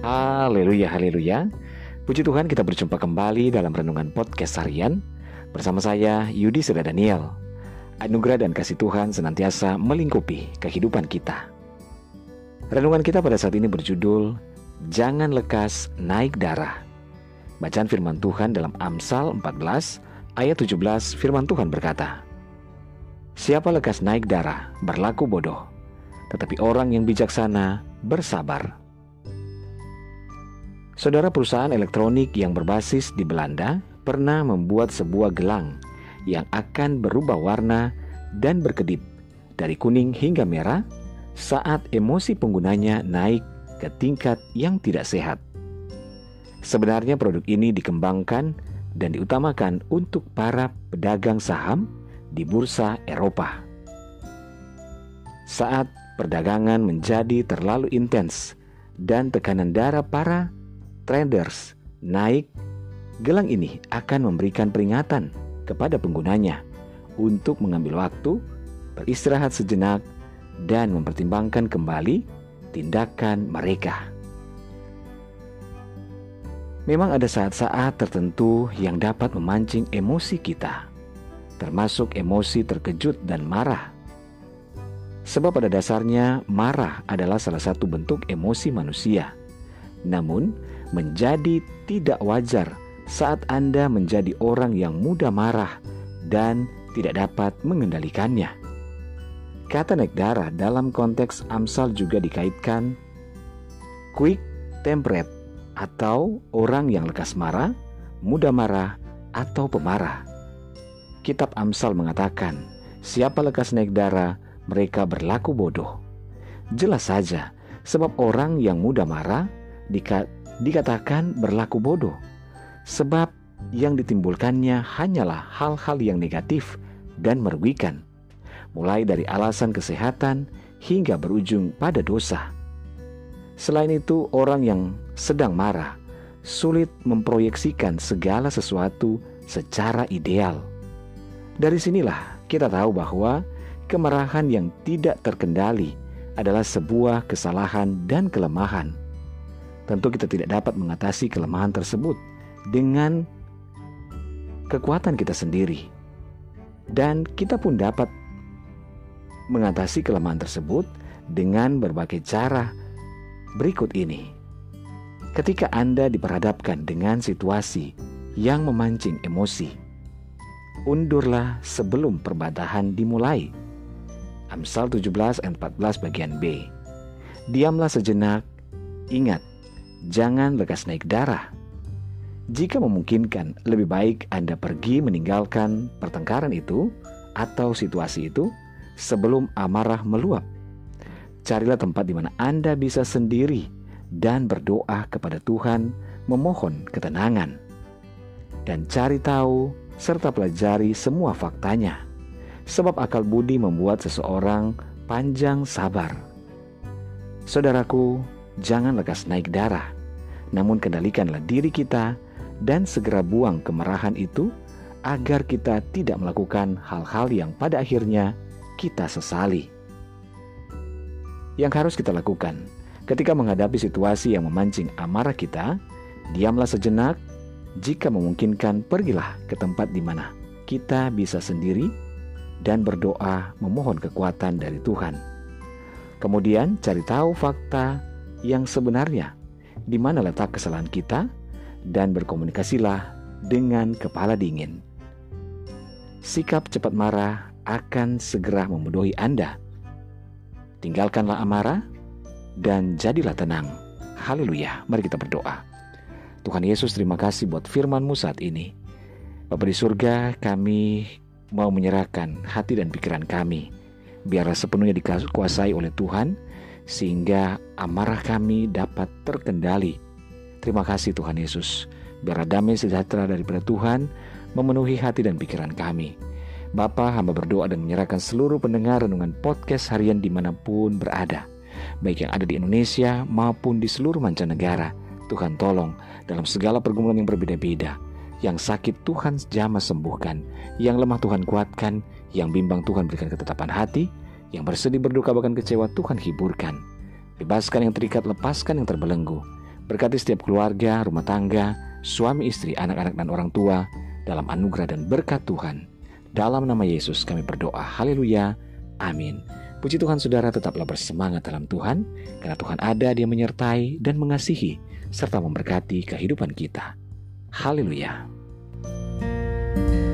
Haleluya, haleluya. Puji Tuhan, kita berjumpa kembali dalam Renungan Podcast Harian bersama saya, Yudi Seda Daniel. Anugerah dan kasih Tuhan senantiasa melingkupi kehidupan kita. Renungan kita pada saat ini berjudul Jangan Lekas Naik Darah. Bacaan firman Tuhan dalam Amsal 14 ayat 17, firman Tuhan berkata, "Siapa lekas naik darah berlaku bodoh, tetapi orang yang bijaksana bersabar." Saudara, perusahaan elektronik yang berbasis di Belanda pernah membuat sebuah gelang yang akan berubah warna dan berkedip dari kuning hingga merah saat emosi penggunanya naik ke tingkat yang tidak sehat. Sebenarnya produk ini dikembangkan dan diutamakan untuk para pedagang saham di bursa Eropa. Saat perdagangan menjadi terlalu intens dan tekanan darah para traders naik, gelang ini akan memberikan peringatan kepada penggunanya untuk mengambil waktu, beristirahat sejenak, dan mempertimbangkan kembali tindakan mereka. Memang ada saat-saat tertentu yang dapat memancing emosi kita, termasuk emosi terkejut dan marah. Sebab pada dasarnya marah adalah salah satu bentuk emosi manusia. Namun, menjadi tidak wajar saat Anda menjadi orang yang mudah marah dan tidak dapat mengendalikannya. Kata naik darah dalam konteks Amsal juga dikaitkan quick tempered atau orang yang lekas marah, mudah marah, atau pemarah. Kitab Amsal mengatakan, siapa lekas naik darah, mereka berlaku bodoh. Jelas saja, sebab orang yang mudah marah dikatakan berlaku bodoh, sebab yang ditimbulkannya hanyalah hal-hal yang negatif dan merugikan, mulai dari alasan kesehatan hingga berujung pada dosa. Selain itu, orang yang sedang marah sulit memproyeksikan segala sesuatu secara ideal. Dari sinilah kita tahu bahwa kemarahan yang tidak terkendali adalah sebuah kesalahan dan kelemahan. Tentu kita tidak dapat mengatasi kelemahan tersebut dengan kekuatan kita sendiri. Dan kita pun dapat mengatasi kelemahan tersebut dengan berbagai cara berikut ini. Ketika Anda diperhadapkan dengan situasi yang memancing emosi, undurlah sebelum perbadahan dimulai. Amsal 17 ayat 14 bagian B. Diamlah sejenak, ingat, jangan lekas naik darah. Jika memungkinkan, lebih baik Anda pergi meninggalkan pertengkaran itu atau situasi itu sebelum amarah meluap. Carilah tempat di mana Anda bisa sendiri dan berdoa kepada Tuhan, memohon ketenangan. Dan cari tahu serta pelajari semua faktanya. Sebab akal budi membuat seseorang panjang sabar. Saudaraku, jangan lekas naik darah, namun kendalikanlah diri kita dan segera buang kemarahan itu agar kita tidak melakukan hal-hal yang pada akhirnya kita sesali. Yang harus kita lakukan ketika menghadapi situasi yang memancing amarah kita, diamlah sejenak. Jika memungkinkan, pergilah ke tempat di mana kita bisa sendiri dan berdoa memohon kekuatan dari Tuhan. Kemudian cari tahu fakta yang sebenarnya, di mana letak kesalahan kita, dan berkomunikasilah dengan kepala dingin. Sikap cepat marah akan segera membodohi Anda. Tinggalkanlah amarah dan jadilah tenang. Haleluya, mari kita berdoa. Tuhan Yesus, terima kasih buat firman-Mu saat ini. Bapa di surga, kami mau menyerahkan hati dan pikiran kami. Biarlah sepenuhnya dikuasai oleh Tuhan, sehingga amarah kami dapat terkendali. Terima kasih Tuhan Yesus. Biarlah damai sejahtera daripada Tuhan memenuhi hati dan pikiran kami. Bapa, hamba berdoa dan menyerahkan seluruh pendengar renungan podcast harian dimanapun berada, baik yang ada di Indonesia maupun di seluruh mancanegara. Tuhan tolong dalam segala pergumulan yang berbeda-beda. Yang sakit Tuhan jamah sembuhkan, yang lemah Tuhan kuatkan, yang bimbang Tuhan berikan ketetapan hati, yang bersedih berduka bahkan kecewa Tuhan hiburkan. Bebaskan yang terikat, lepaskan yang terbelenggu. Berkati setiap keluarga, rumah tangga, suami istri, anak-anak dan orang tua dalam anugerah dan berkat Tuhan. Dalam nama Yesus kami berdoa. Haleluya. Amin. Puji Tuhan, saudara, tetaplah bersemangat dalam Tuhan, karena Tuhan ada, Dia menyertai dan mengasihi serta memberkati kehidupan kita. Haleluya.